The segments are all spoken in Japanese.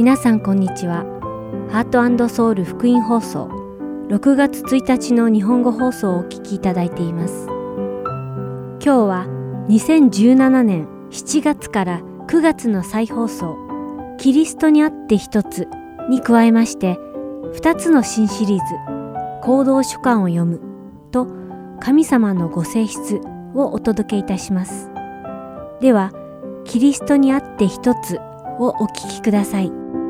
皆さんこんにちは。ハート&ソウル福音放送6月1日の日本語放送をお聞きいただいています。今日は2017年7月から9月の再放送キリストにあって一つに加えまして2つの新シリーズ行動書簡を読むと神様のご性質をお届けいたします。ではキリストにあって一つをお聞きください。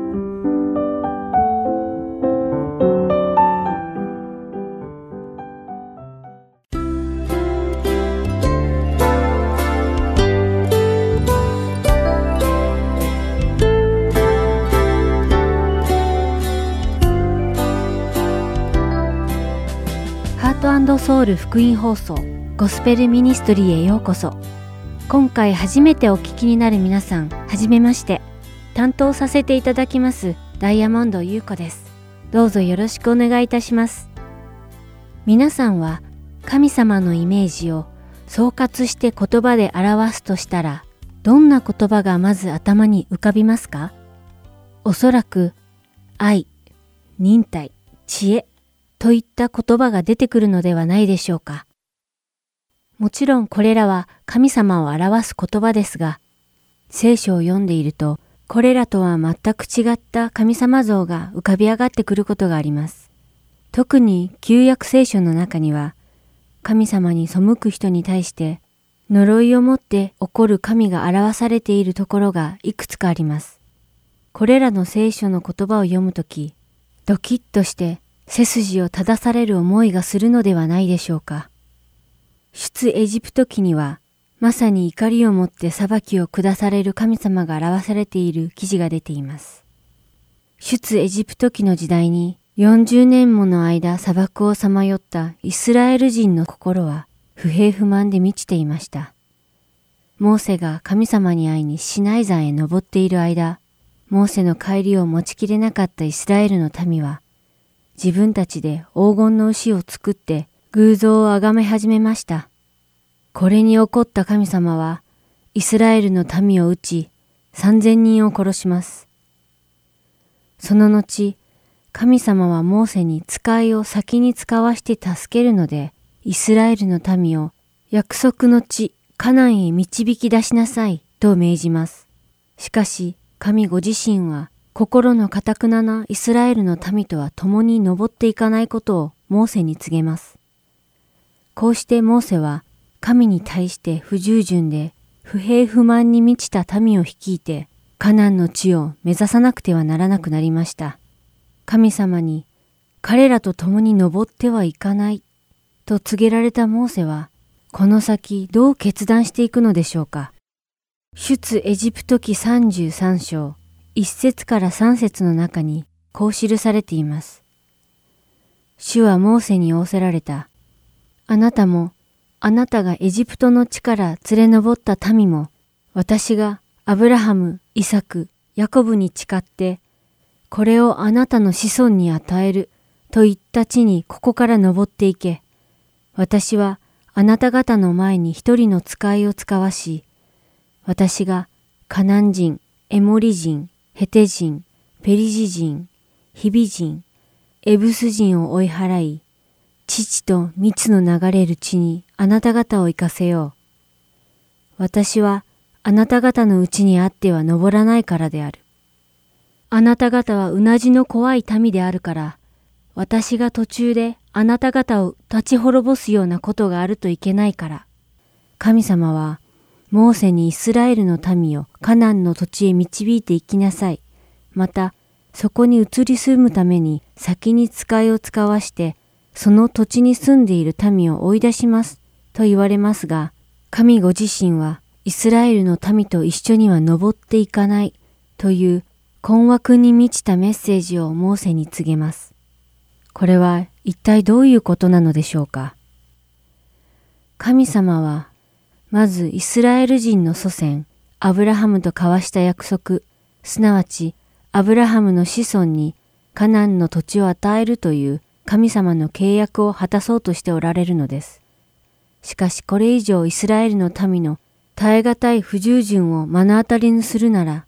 ハート&ソウル福音放送ゴスペルミニストリーへようこそ。今回初めてお聞きになる皆さん、はじめまして。担当させていただきますダイヤモンド優子です。どうぞよろしくお願いいたします。皆さんは神様のイメージを総括して言葉で表すとしたら、どんな言葉がまず頭に浮かびますか？おそらく愛、忍耐、知恵といった言葉が出てくるのではないでしょうか。もちろんこれらは神様を表す言葉ですが、聖書を読んでいると、これらとは全く違った神様像が浮かび上がってくることがあります。特に旧約聖書の中には、神様に背く人に対して呪いをもって怒る神が表されているところがいくつかあります。これらの聖書の言葉を読むとき、ドキッとして背筋を正される思いがするのではないでしょうか。出エジプト記には、まさに怒りをもって裁きを下される神様が表されている記事が出ています。出エジプト記の時代に40年もの間砂漠をさまよったイスラエル人の心は不平不満で満ちていました。モーセが神様に会いにシナイ山へ登っている間、モーセの帰りを持ちきれなかったイスラエルの民は、自分たちで黄金の牛を作って偶像を崇め始めました。これに怒った神様は、イスラエルの民を撃ち、3000人を殺します。その後、神様はモーセに使いを先に使わして助けるので、イスラエルの民を約束の地、カナンへ導き出しなさいと命じます。しかし、神ご自身は、心の堅ななイスラエルの民とは共に登っていかないことをモーセに告げます。こうしてモーセは、神に対して不従順で不平不満に満ちた民を率いてカナンの地を目指さなくてはならなくなりました。神様に彼らと共に登ってはいかないと告げられたモーセはこの先どう決断していくのでしょうか。出エジプト記33章1節から3節の中にこう記されています。主はモーセに仰せられた。あなたもあなたがエジプトの地から連れ上った民も、私がアブラハム、イサク、ヤコブに誓って、これをあなたの子孫に与えると言った地にここから登っていけ。私はあなた方の前に一人の使いを使わし、私がカナン人、エモリ人、ヘテ人、ペリジ人、ヒビ人、エブス人を追い払い、乳と蜜の流れる地にあなた方を行かせよう。私はあなた方のうちにあっては登らないからである。あなた方はうなじの怖い民であるから、私が途中であなた方を立ち滅ぼすようなことがあるといけないから。神様は、モーセにイスラエルの民をカナンの土地へ導いて行きなさい。また、そこに移り住むために先に使いを使わして、その土地に住んでいる民を追い出しますと言われますが、神ご自身はイスラエルの民と一緒には登っていかないという困惑に満ちたメッセージをモーセに告げます。これは一体どういうことなのでしょうか。神様はまずイスラエル人の祖先アブラハムと交わした約束、すなわちアブラハムの子孫にカナンの土地を与えるという神様の契約を果たそうとしておられるのです。しかしこれ以上イスラエルの民の耐え難い不従順を目の当たりにするなら、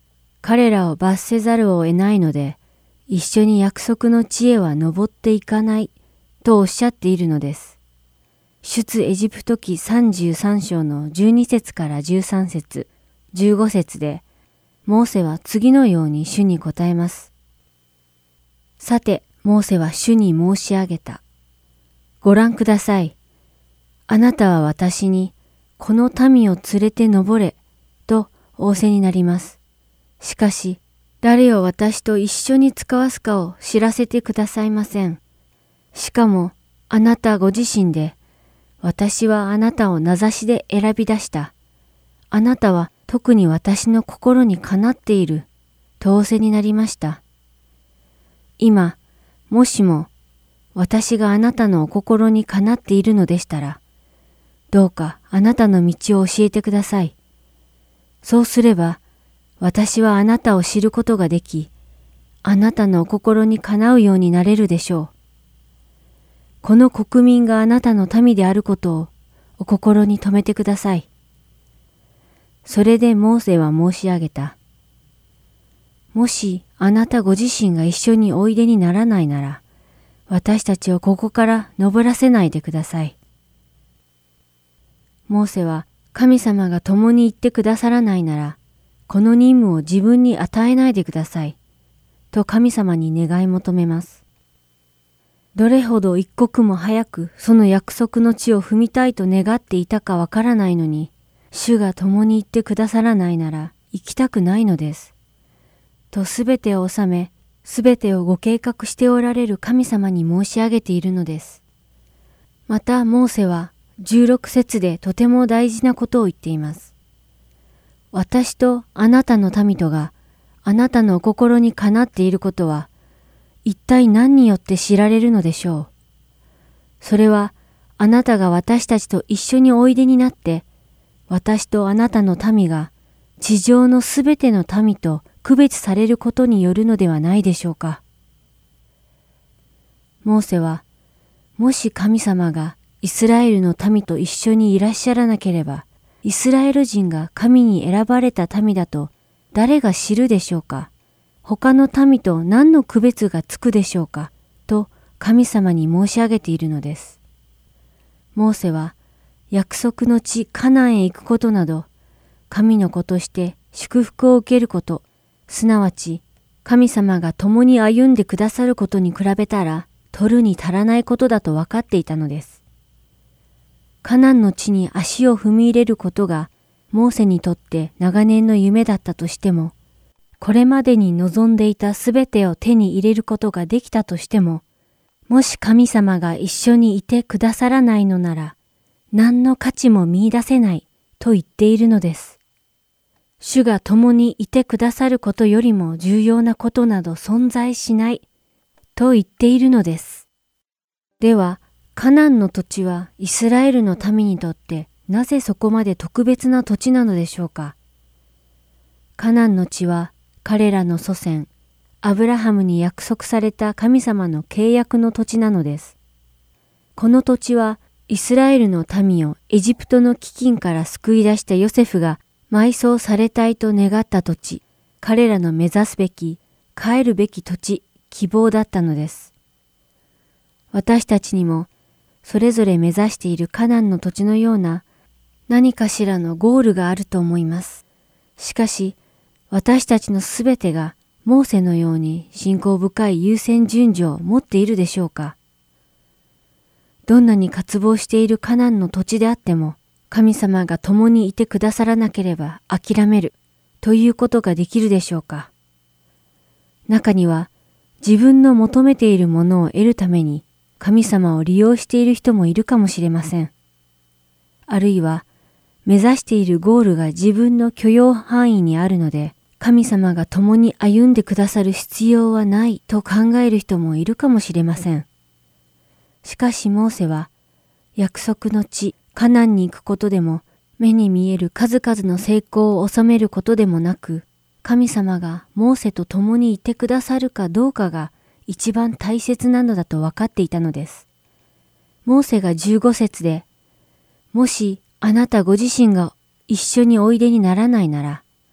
彼らを罰せざるを得ないので、一緒に約束の地へは登っていかないとおっしゃっているのです。出エジプト記33章の12節から13節、15節で、モーセは次のように主に答えます。さて、モーセは主に申し上げた。ご覧ください。あなたは私に、この民を連れて登れ、と仰せになります。しかし、誰を私と一緒に使わすかを知らせてくださいません。しかも、あなたご自身で、私はあなたを名指しで選び出した。あなたは特に私の心にかなっている、と仰せになりました。今、もしも、私があなたのお心にかなっているのでしたら、どうかあなたの道を教えてください。そうすれば、私はあなたを知ることができ、あなたのお心にかなうようになれるでしょう。この国民があなたの民であることをお心に留めてください。それでモーセは申し上げた。もしあなたご自身が一緒においでにならないなら、私たちをここから登らせないでください。モーセは神様が共に行ってくださらないなら、この任務を自分に与えないでください。と神様に願い求めます。どれほど一刻も早くその約束の地を踏みたいと願っていたかわからないのに、主が共に行ってくださらないなら行きたくないのです。とすべてを治め、すべてをご計画しておられる神様に申し上げているのです。またモーセは16節でとても大事なことを言っています。私とあなたの民とがあなたのお心にかなっていることは、一体何によって知られるのでしょう。それはあなたが私たちと一緒においでになって、私とあなたの民が地上のすべての民と区別されることによるのではないでしょうか。モーセは、もし神様がイスラエルの民と一緒にいらっしゃらなければ、イスラエル人が神に選ばれた民だと誰が知るでしょうか。他の民と何の区別がつくでしょうか、と神様に申し上げているのです。モーセは約束の地カナンへ行くことなど、神の子として祝福を受けること、すなわち神様が共に歩んでくださることに比べたら、取るに足らないことだと分かっていたのです。カナンの地に足を踏み入れることが、モーセにとって長年の夢だったとしても、これまでに望んでいたすべてを手に入れることができたとしても、もし神様が一緒にいてくださらないのなら、何の価値も見出せないと言っているのです。主が共にいてくださることよりも重要なことなど存在しないと言っているのです。では、カナンの土地はイスラエルの民にとってなぜそこまで特別な土地なのでしょうか。カナンの地は彼らの祖先、アブラハムに約束された神様の契約の土地なのです。この土地はイスラエルの民をエジプトの飢饉から救い出したヨセフが埋葬されたいと願った土地、彼らの目指すべき、帰るべき土地、希望だったのです。私たちにもそれぞれ目指しているカナンの土地のような何かしらのゴールがあると思います。しかし、私たちのすべてがモーセのように信仰深い優先順序を持っているでしょうか。どんなに渇望しているカナンの土地であっても、神様が共にいてくださらなければ諦めるということができるでしょうか。中には自分の求めているものを得るために神様を利用している人もいるかもしれません。あるいは目指しているゴールが自分の許容範囲にあるので、神様が共に歩んでくださる必要はないと考える人もいるかもしれません。しかしモーセは、約束の地、カナンに行くことでも、目に見える数々の成功を収めることでもなく、神様がモーセと共にいてくださるかどうかが一番大切なのだと分かっていたのです。モーセが15節で、もしあなたご自身が一緒においでにならないなら、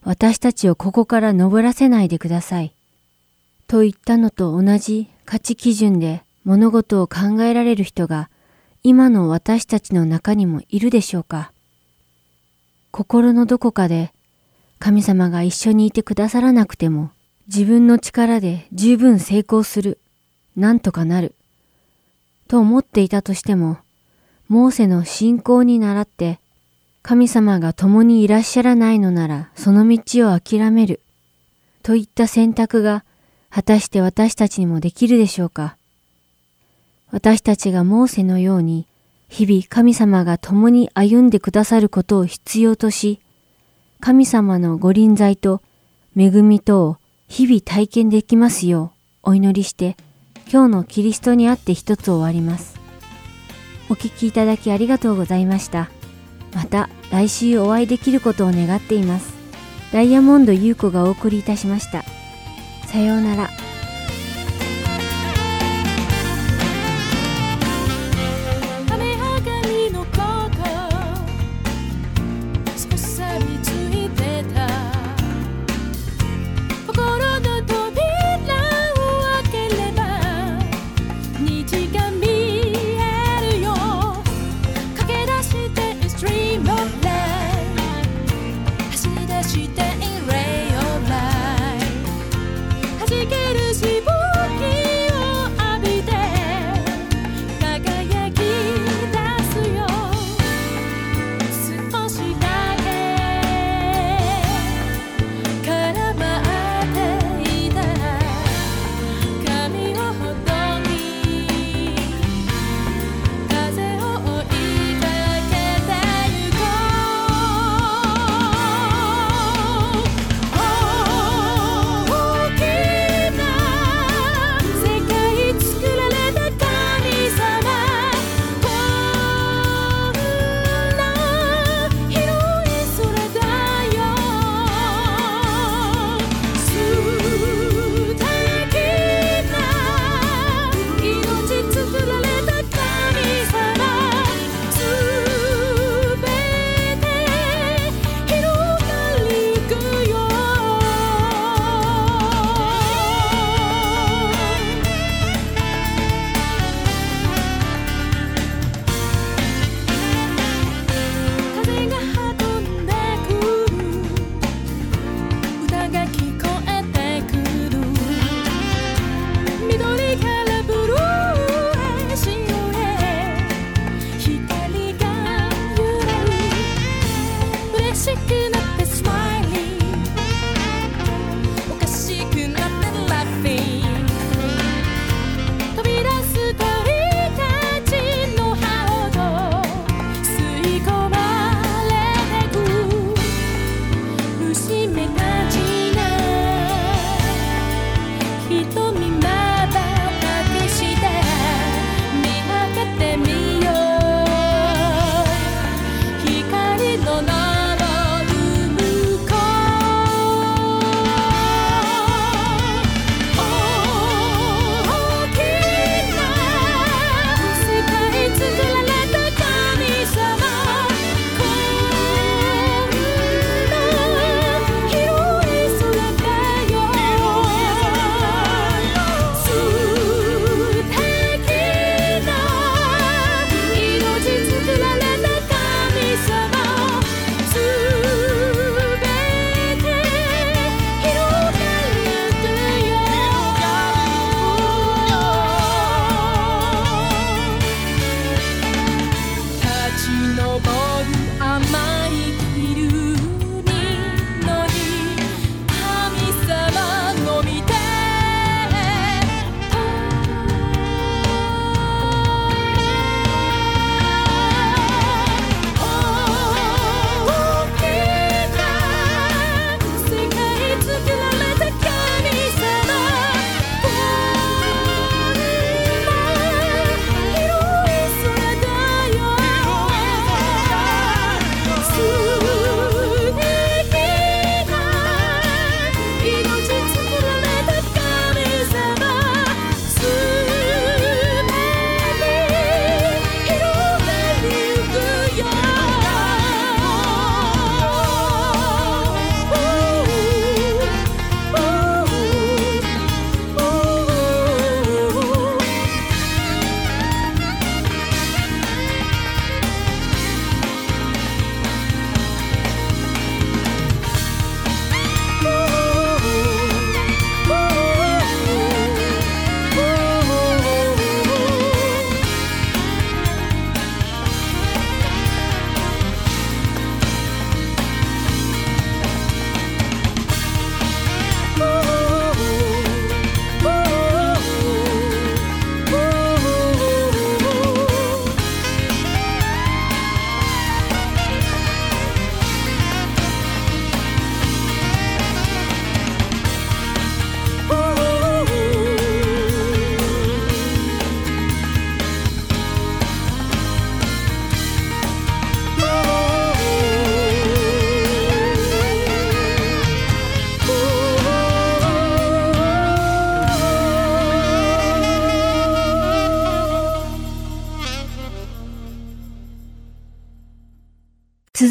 私たちをここから登らせないでください。と言ったのと同じ価値基準で物事を考えられる人が今の私たちの中にもいるでしょうか。心のどこかで神様が一緒にいてくださらなくても自分の力で十分成功する、なんとかなる、と思っていたとしても、モーセの信仰に倣って神様が共にいらっしゃらないのならその道を諦めるといった選択が果たして私たちにもできるでしょうか。私たちがモーセのように日々神様が共に歩んでくださることを必要とし、神様のご臨在と恵みとを日々体験できますようお祈りして、今日のキリストにあって一つ終わります。お聞きいただきありがとうございました。また来週お会いできることを願っています。ダイヤモンド優子がお送りいたしました。さようなら。 光の昇る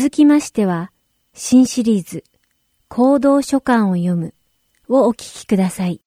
続きましては、新シリーズ、行動書簡を読むをお聞きください。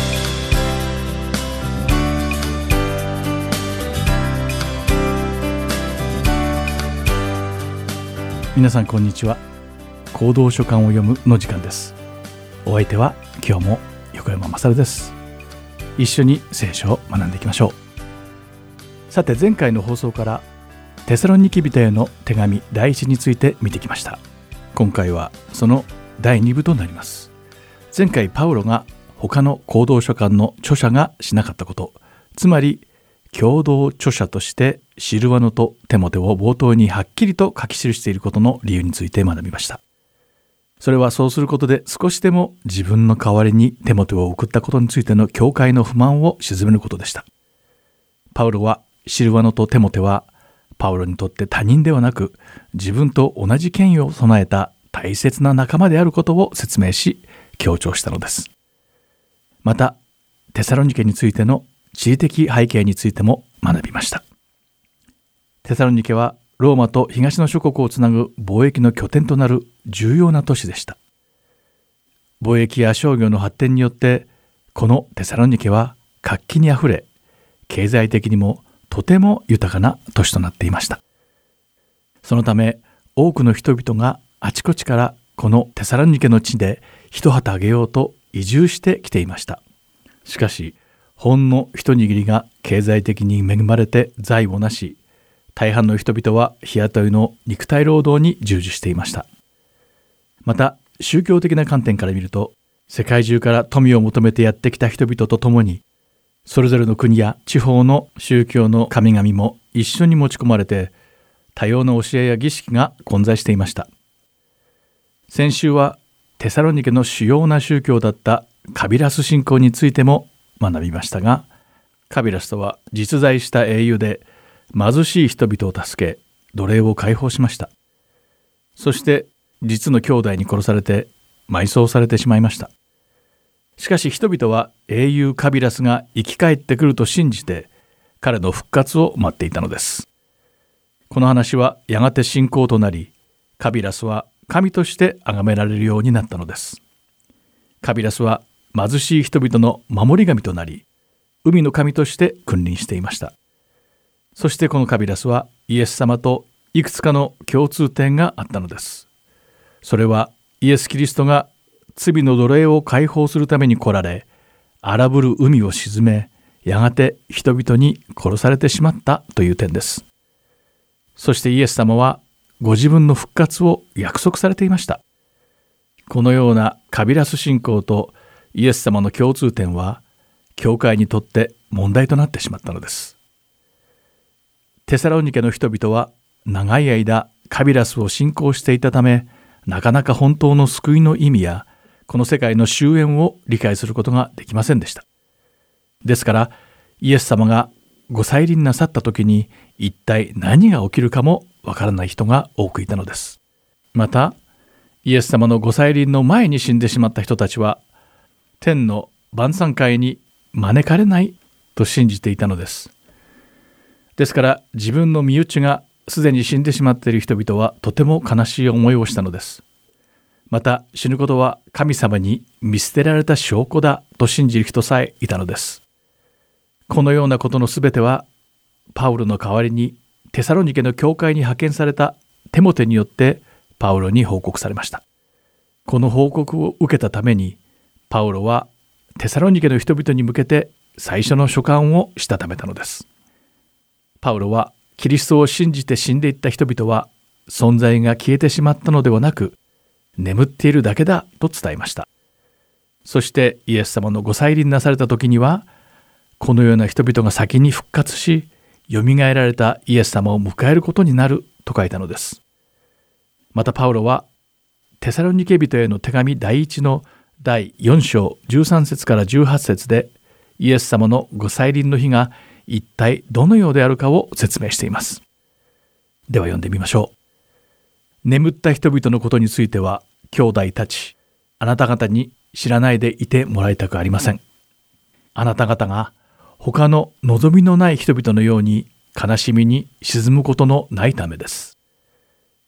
皆さんこんにちは。行動書簡を読むの時間です。お相手は今日も横山勝です。一緒に聖書を学んでいきましょう。さて、前回の放送からテサロニケ人への手紙第1について見てきました。今回はその第2部となります。前回パウロが他の行動書簡の著者がしなかったこと、つまり共同著者としてシルワノとテモテを冒頭にはっきりと書き記していることの理由について学びました。それはそうすることで少しでも自分の代わりにテモテを送ったことについての教会の不満を鎮めることでした。パウロはシルワノとテモテはパウロにとって他人ではなく自分と同じ権威を備えた大切な仲間であることを説明し強調したのです。またテサロニケについての地理的背景についても学びました。テサロニケはローマと東の諸国をつなぐ貿易の拠点となる重要な都市でした。貿易や商業の発展によってこのテサロニケは活気にあふれ、経済的にもとても豊かな都市となっていました。そのため多くの人々があちこちからこのテサロニケの地で一旗あげようと移住してきていました。しかしほんの一握りが経済的に恵まれて財を成し、大半の人々は日雇いの肉体労働に従事していました。また宗教的な観点から見ると、世界中から富を求めてやってきた人々と共に、それぞれの国や地方の宗教の神々も一緒に持ち込まれて、多様な教えや儀式が混在していました。先週はテサロニケの主要な宗教だったカビラス信仰についても学びましたが、カビラスとは実在した英雄で貧しい人々を助け奴隷を解放しました。そして実の兄弟に殺されて埋葬されてしまいました。しかし人々は英雄カビラスが生き返ってくると信じて彼の復活を待っていたのです。この話はやがて信仰となり、カビラスは神として崇められるようになったのです。カビラスは貧しい人々の守り神となり、海の神として君臨していました。そしてこのカビラスはイエス様といくつかの共通点があったのです。それはイエス・キリストが罪の奴隷を解放するために来られ、荒ぶる海を沈め、やがて人々に殺されてしまったという点です。そしてイエス様はご自分の復活を約束されていました。このようなカビラス信仰とイエス様の共通点は教会にとって問題となってしまったのです。テサロニケの人々は長い間カビラスを信仰していたため、なかなか本当の救いの意味やこの世界の終焉を理解することができませんでした。ですからイエス様がご再臨なさった時に一体何が起きるかもわからない人が多くいたのです。またイエス様のご再臨の前に死んでしまった人たちは天の晩餐会に招かれないと信じていたのです。ですから自分の身内がすでに死んでしまっている人々はとても悲しい思いをしたのです。また死ぬことは神様に見捨てられた証拠だと信じる人さえいたのです。このようなことのすべてはパウロの代わりにテサロニケの教会に派遣されたテモテによってパウロに報告されました。この報告を受けたためにパウロはテサロニケの人々に向けて最初の書簡をしたためたのです。パウロはキリストを信じて死んでいった人々は存在が消えてしまったのではなく眠っているだけだと伝えました。そしてイエス様のご再臨なされた時にはこのような人々が先に復活しよみがえられたイエス様を迎えることになると書いたのです。またパウロはテサロニケ人への手紙第1の第4章13節から18節でイエス様のご再臨の日が一体どのようであるかを説明しています。では読んでみましょう。眠った人々のことについては兄弟たち、あなた方に知らないでいてもらいたくありません。あなた方が他の望みのない人々のように悲しみに沈むことのないためです。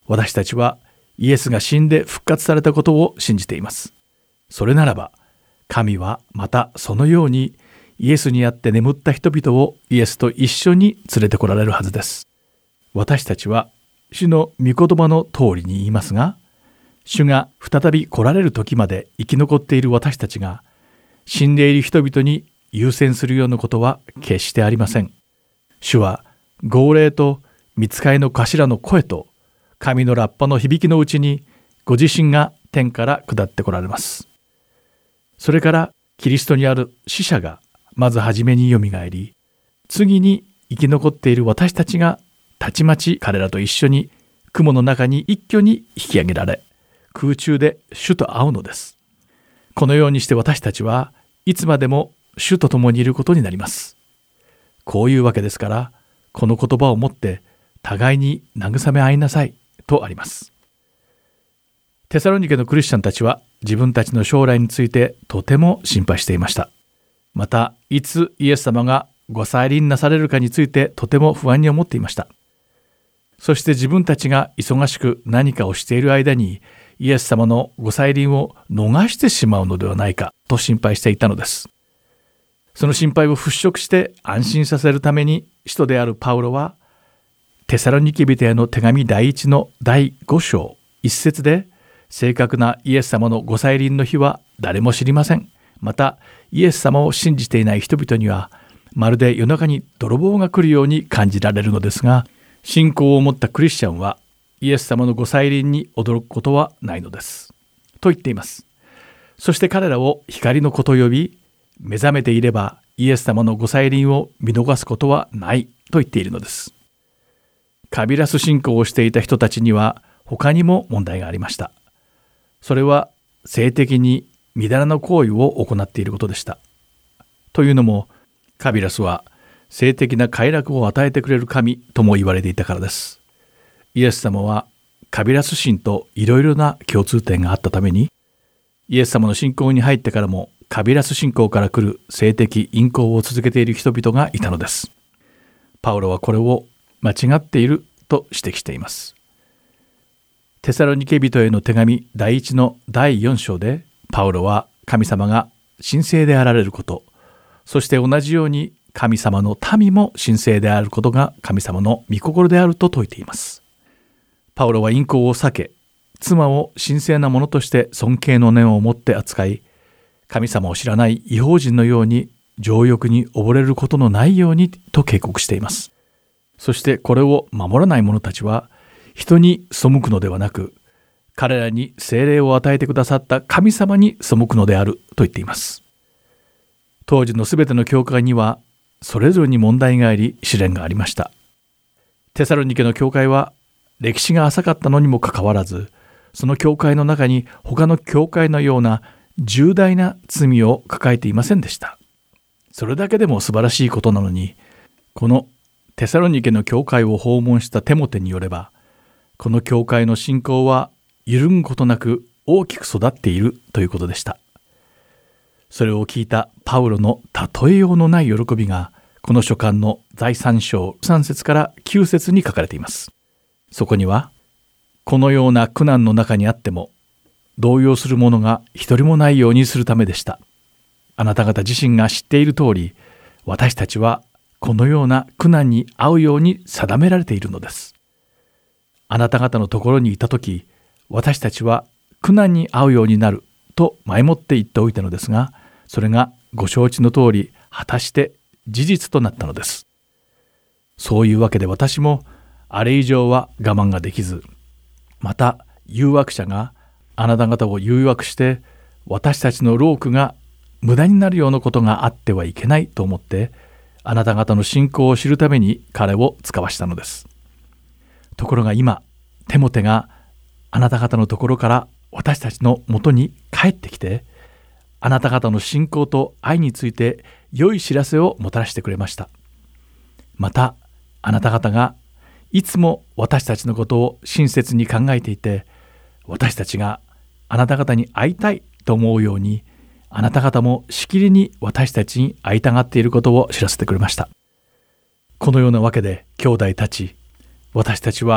私たちはイエスが死んで復活されたことを信じています。それならば、神はまたそのようにイエスにあって眠った人々をイエスと一緒に連れてこられるはずです。私たちは主の御言葉の通りに言いますが、主が再び来られる時まで生き残っている私たちが死んでいる人々に優先するようなことは決してありません。主は号令と御使いの頭の声と神のラッパの響きのうちにご自身が天から下ってこられます。それからキリストにある死者がまず初めによみがえり、次に生き残っている私たちがたちまち彼らと一緒に雲の中に一挙に引き上げられ、空中で主と会うのです。このようにして私たちはいつまでも主と共にいることになります。こういうわけですから、この言葉をもって互いに慰め合いなさいとあります。テサロニケのクリスチャンたちは自分たちの将来についてとても心配していました。また、いつイエス様がご再臨なされるかについてとても不安に思っていました。そして自分たちが忙しく何かをしている間にイエス様のご再臨を逃してしまうのではないかと心配していたのです。その心配を払拭して安心させるために使徒であるパウロはテサロニケ人への手紙第1の第5章1節で、正確なイエス様のご再臨の日は誰も知りません。またイエス様を信じていない人々にはまるで夜中に泥棒が来るように感じられるのですが、信仰を持ったクリスチャンはイエス様のご再臨に驚くことはないのですと言っています。そして彼らを光の子と呼び、目覚めていればイエス様のご再臨を見逃すことはないと言っているのです。カビラス信仰をしていた人たちには他にも問題がありました。それは性的にみだらな行為を行っていることでした。というのも、カビラスは性的な快楽を与えてくれる神とも言われていたからです。イエス様はカビラス神といろいろな共通点があったために、イエス様の信仰に入ってからもカビラス信仰から来る性的淫行を続けている人々がいたのです。パウロはこれを間違っていると指摘しています。テサロニケ人への手紙第1の第4章で、パウロは神様が神聖であられること、そして同じように神様の民も神聖であることが神様の御心であると説いています。パウロは淫行を避け、妻を神聖なものとして尊敬の念を持って扱い、神様を知らない異邦人のように情欲に溺れることのないようにと警告しています。そしてこれを守らない者たちは人に背くのではなく、彼らに聖霊を与えてくださった神様に背くのであると言っています。当時のすべての教会にはそれぞれに問題があり、試練がありました。テサロニケの教会は歴史が浅かったのにもかかわらず、その教会の中に他の教会のような重大な罪を抱えていませんでした。それだけでも素晴らしいことなのに、このテサロニケの教会を訪問したテモテによれば、この教会の信仰は揺るぐことなく大きく育っているということでした。それを聞いたパウロの例えようのない喜びが、この書簡の第3章3節から9節に書かれています。そこには、このような苦難の中にあっても、動揺する者が一人もないようにするためでした。あなた方自身が知っている通り、私たちはこのような苦難に遭うように定められているのです。あなた方のところにいたとき、私たちは苦難に遭うようになると前もって言っておいたのですが、それがご承知の通り、果たして事実となったのです。そういうわけで私もあれ以上は我慢ができず、また誘惑者があなた方を誘惑して私たちの労苦が無駄になるようなことがあってはいけないと思って、あなた方の信仰を知るために彼を使わしたのです。ところが今、テモテがあなた方のところから私たちのもとに帰ってきて、あなた方の信仰と愛について良い知らせをもたらしてくれました。また、あなた方がいつも私たちのことを親切に考えていて、私たちがあなた方に会いたいと思うように、あなた方もしきりに私たちに会いたがっていることを知らせてくれました。このようなわけで兄弟たち、私たちは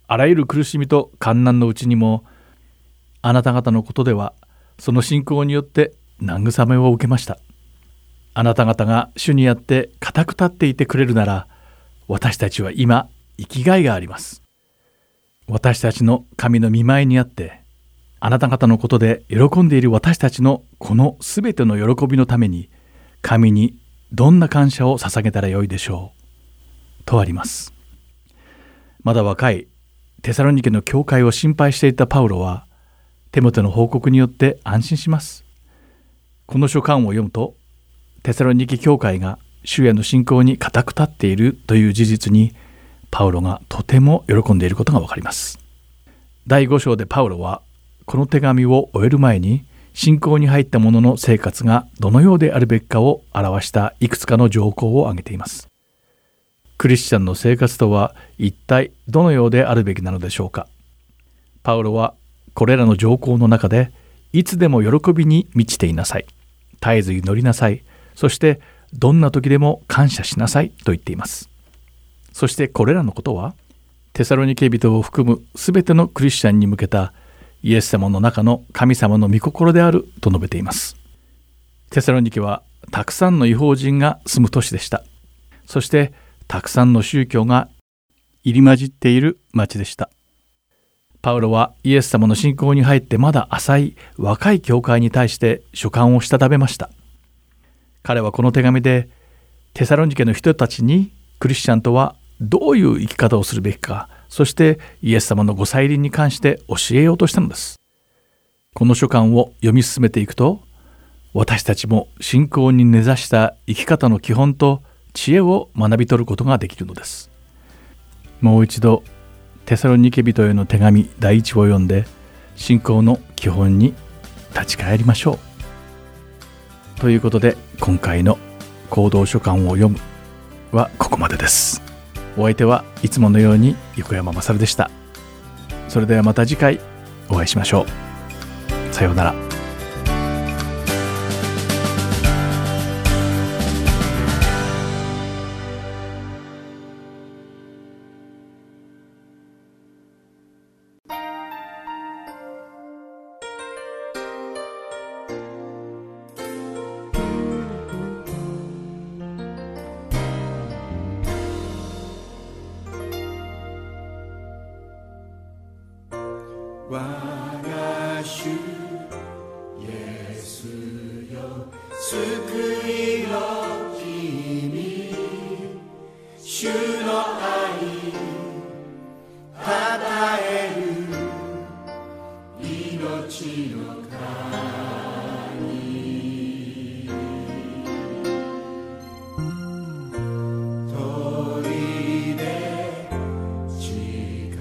あらゆる苦しみと患難のうちにも、あなた方のことではその信仰によって慰めを受けました。あなた方が主にあって固く立っていてくれるなら、私たちは今生きがいがあります。私たちの神の御前にあって、あなた方のことで喜んでいる私たちのこのすべての喜びのために、神にどんな感謝を捧げたらよいでしょうとあります。まだ若いテサロニケの教会を心配していたパウロは、テモテの報告によって安心します。この書簡を読むと、テサロニケ教会が主への信仰に固く立っているという事実に、パウロがとても喜んでいることがわかります。第5章でパウロは、この手紙を終える前に、信仰に入った者の生活がどのようであるべきかを表したいくつかの条項を挙げています。クリスチャンの生活とは一体どのようであるべきなのでしょうか。パウロはこれらの条項の中で、いつでも喜びに満ちていなさい、絶えず祈りなさい、そしてどんな時でも感謝しなさいと言っています。そしてこれらのことは、テサロニケ人を含むすべてのクリスチャンに向けたイエス様の中の神様の御心であると述べています。テサロニケはたくさんの異邦人が住む都市でした。そしてたくさんの宗教が入り混じっている町でした。パウロはイエス様の信仰に入ってまだ浅い若い教会に対して書簡をしたためました。彼はこの手紙でテサロニケの人たちに、クリスチャンとはどういう生き方をするべきか、そしてイエス様のご再臨に関して教えようとしたのです。この書簡を読み進めていくと、私たちも信仰に根ざした生き方の基本と知恵を学び取ることができるのです。もう一度テサロニケ人への手紙第1を読んで、信仰の基本に立ち返りましょう。ということで、今回の行動書簡を読むはここまでです。お相手はいつものように横山まさるでした。それではまた次回お会いしましょう。さようなら。 我が主イエスよ、救いの君、主の愛たたえる命の神、砦力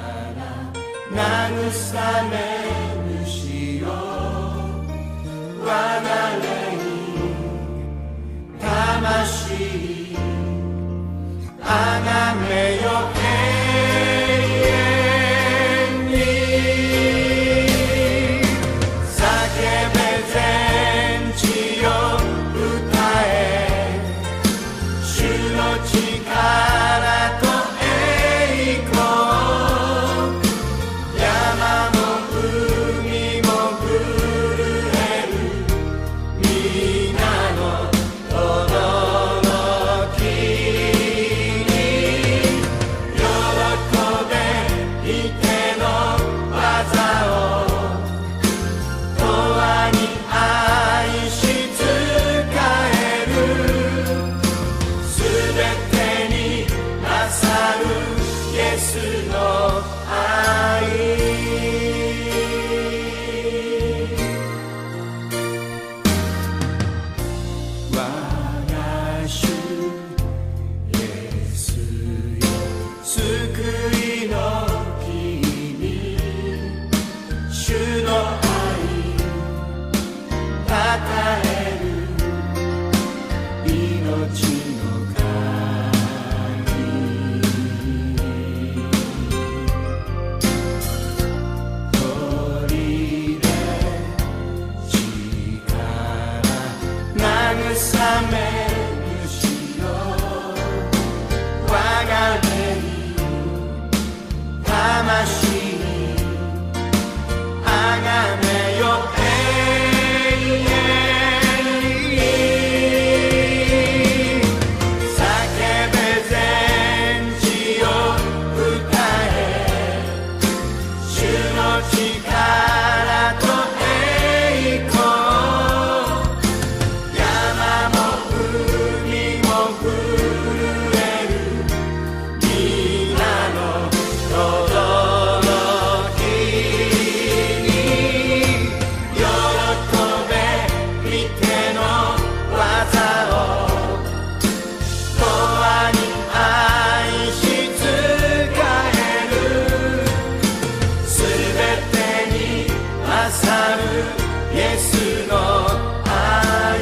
慰め主よ、我が霊魂あがめよ永遠に、叫べ全地よ歌え、主の力と栄光、山も海も震える皆の轟きに、 勝るイエスの愛。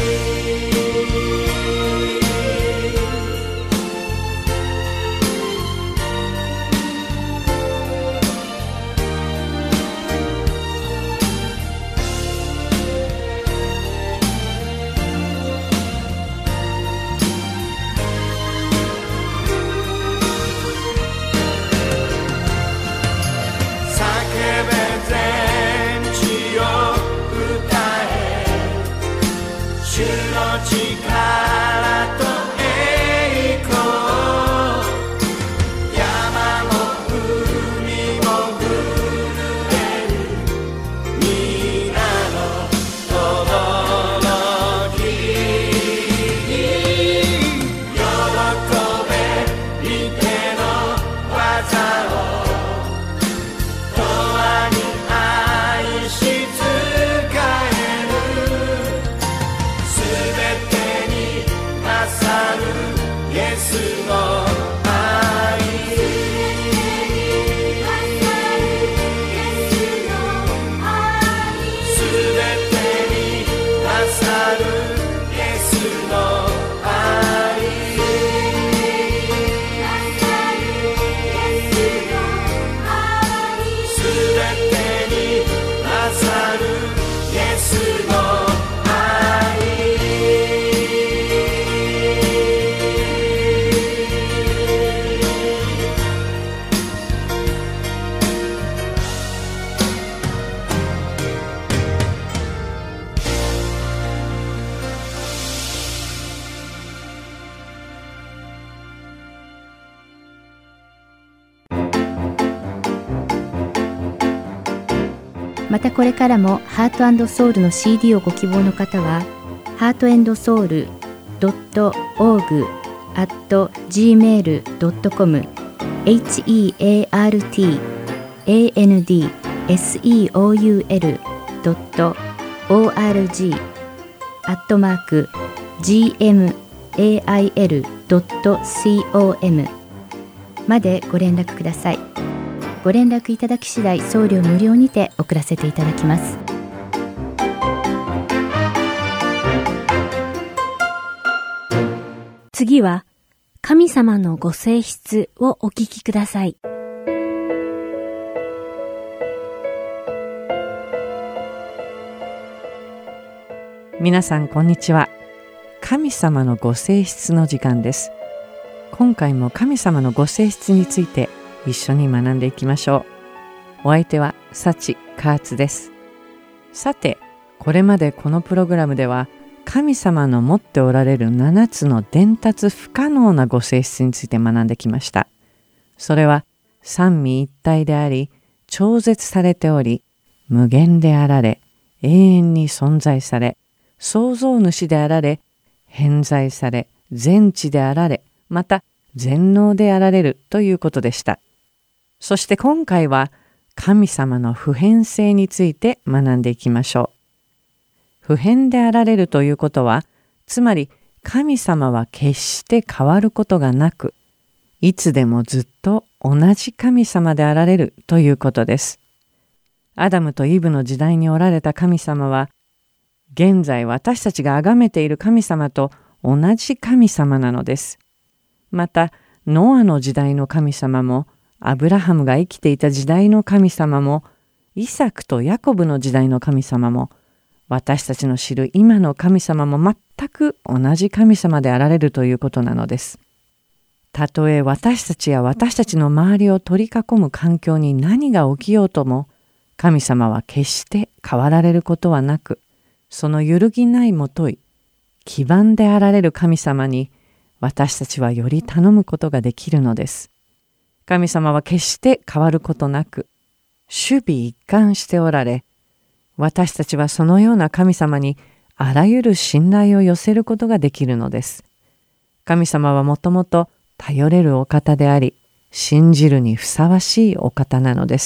またこれからもハート&ソウルの CD をご希望の方は heartandsoul.org@gmail.com heartandsoul.gmail.com までご連絡ください。ご連絡いただき次第送料無料にて送らせていただきます。次は神様のご性質をお聞きください。 皆さんこんにちは。神様のご性質の時間です。今回も神様のご性質について一緒に学んでいきましょう。お相手はサチ・カーツです。さて、これまでこのプログラムでは神様の持っておられる7つの伝達不可能なご性質について学んできました。それは三位一体であり、超絶されており、無限であられ、永遠に存在され、創造主であられ、偏在され、全知であられ、また全能であられるということでした。そして今回は神様の不変性について学んでいきましょう。不変であられるということは、つまり神様は決して変わることがなく、いつでもずっと同じ神様であられるということです。アダムとイブの時代におられた神様は、現在私たちが崇めている神様と同じ神様なのです。また、ノアの時代の神様も、アブラハムが生きていた時代の神様も、イサクとヤコブの時代の神様も、私たちの知る今の神様も全く同じ神様であられるということなのです。たとえ私たちや私たちの周りを取り囲む環境に何が起きようとも、神様は決して変わられることはなく、その揺るぎないもとい、基盤であられる神様に、私たちはより頼むことができるのです。神様は決して変わることなく、守備一貫しておられ、私たちはそのような神様にあらゆる信頼を寄せることができるのです。神様はもともと頼れるお方であり、信じるにふさわしいお方なのです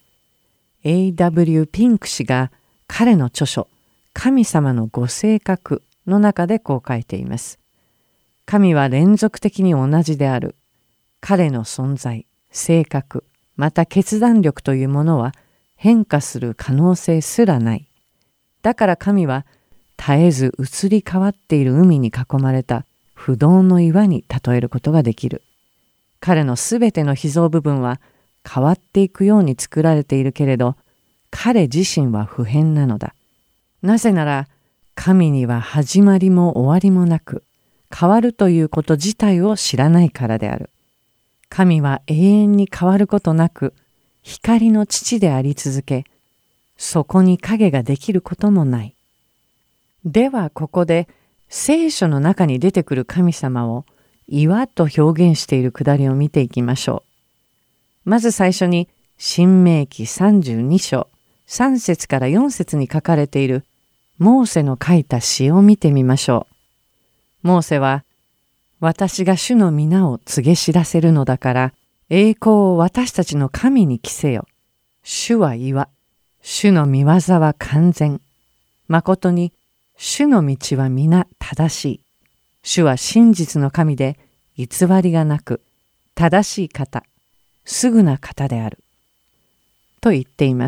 。A.W. ピンク氏が彼の著書、神様のご性格の中でこう書いています。神は連続的に同じである。彼の存在、性格、また決断力というものは変化する可能性すらない。だから神は絶えず移り変わっている海に囲まれた不動の岩に例えることができる。彼のすべての被造部分は変わっていくように作られているけれど、彼自身は不変なのだ。なぜなら、神には始まりも終わりもなく、変わるということ自体を知らないからである。神は永遠に変わることなく、光の父であり続け、そこに影ができることもない。ではここで聖書の中に出てくる神様を岩と表現しているくだりを見ていきましょう。まず最初に申命記32章3節から4節に書かれているモーセの書いた詩を見てみましょう。モーセは、私が主の皆を告げ知らせるのだから、栄光を私たちの神に着せよ。主は岩、主の御業は完全。まことに、主の道は皆正しい。主は真実の神で偽りがなく、正しい方、すぐな方である。と言っています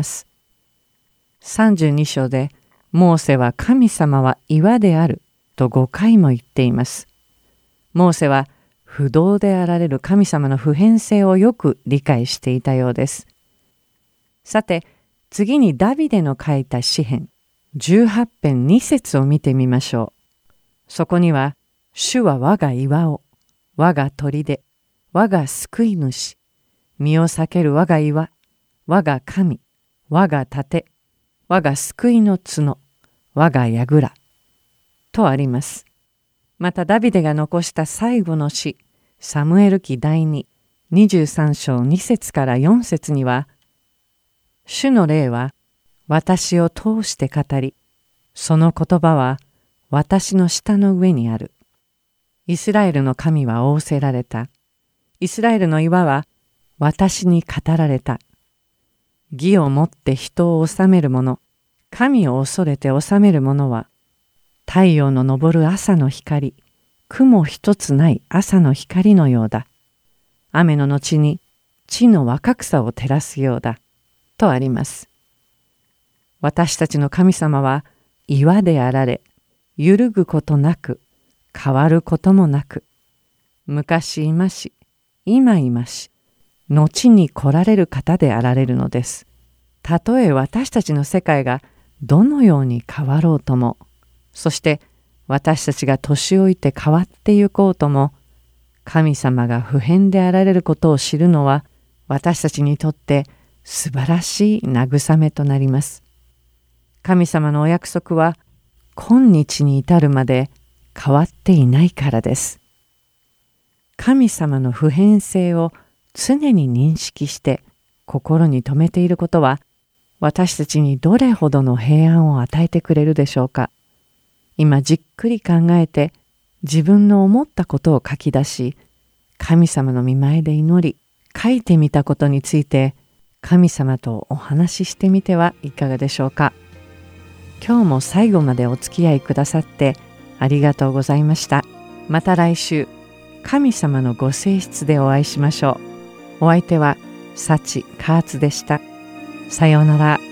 。32章で、モーセは神様は岩であると5回も言っています。モーセは不動であられる神様の普遍性をよく理解していたようです。さて、次にダビデの書いた詩編18編2節を見てみましょう。そこには、主は我が岩を、我が砦、我が救い主、身を避ける我が岩、我が神、我が盾、我が救いの角、我が櫓とあります。またダビデが残した最後の詩、サムエル記第2、23章2節から4節には、主の霊は私を通して語り、その言葉は私の舌の上にある。イスラエルの神は仰せられた。イスラエルの岩は私に語られた。義をもって人を治める者、神を恐れて治める者は、太陽の昇る朝の光、雲一つない朝の光のようだ。雨の後に地の若草を照らすようだ。とあります。私たちの神様は岩であられ、揺るぐことなく、変わることもなく、昔いまし、今いまし、後に来られる方であられるのです。たとえ私たちの世界がどのように変わろうとも、そして私たちが年老いて変わってゆこうとも、神様が不変であられることを知るのは、私たちにとって素晴らしい慰めとなります。神様のお約束は今日に至るまで変わっていないからです。神様の普遍性を常に認識して心に留めていることは、私たちにどれほどの平安を与えてくれるでしょうか。今じっくり考えて自分の思ったことを書き出し、神様の御前で祈り、書いてみたことについて神様とお話ししてみてはいかがでしょうか。今日も最後までお付き合いくださってありがとうございました。また来週、神様のご性質でお会いしましょう。お相手は幸カーツでした。さようなら。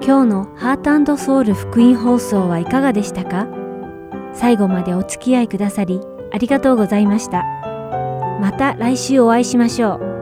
今日のハート&ソウル福音放送はいかがでしたか？最後までお付き合いくださりありがとうございました。また来週お会いしましょう。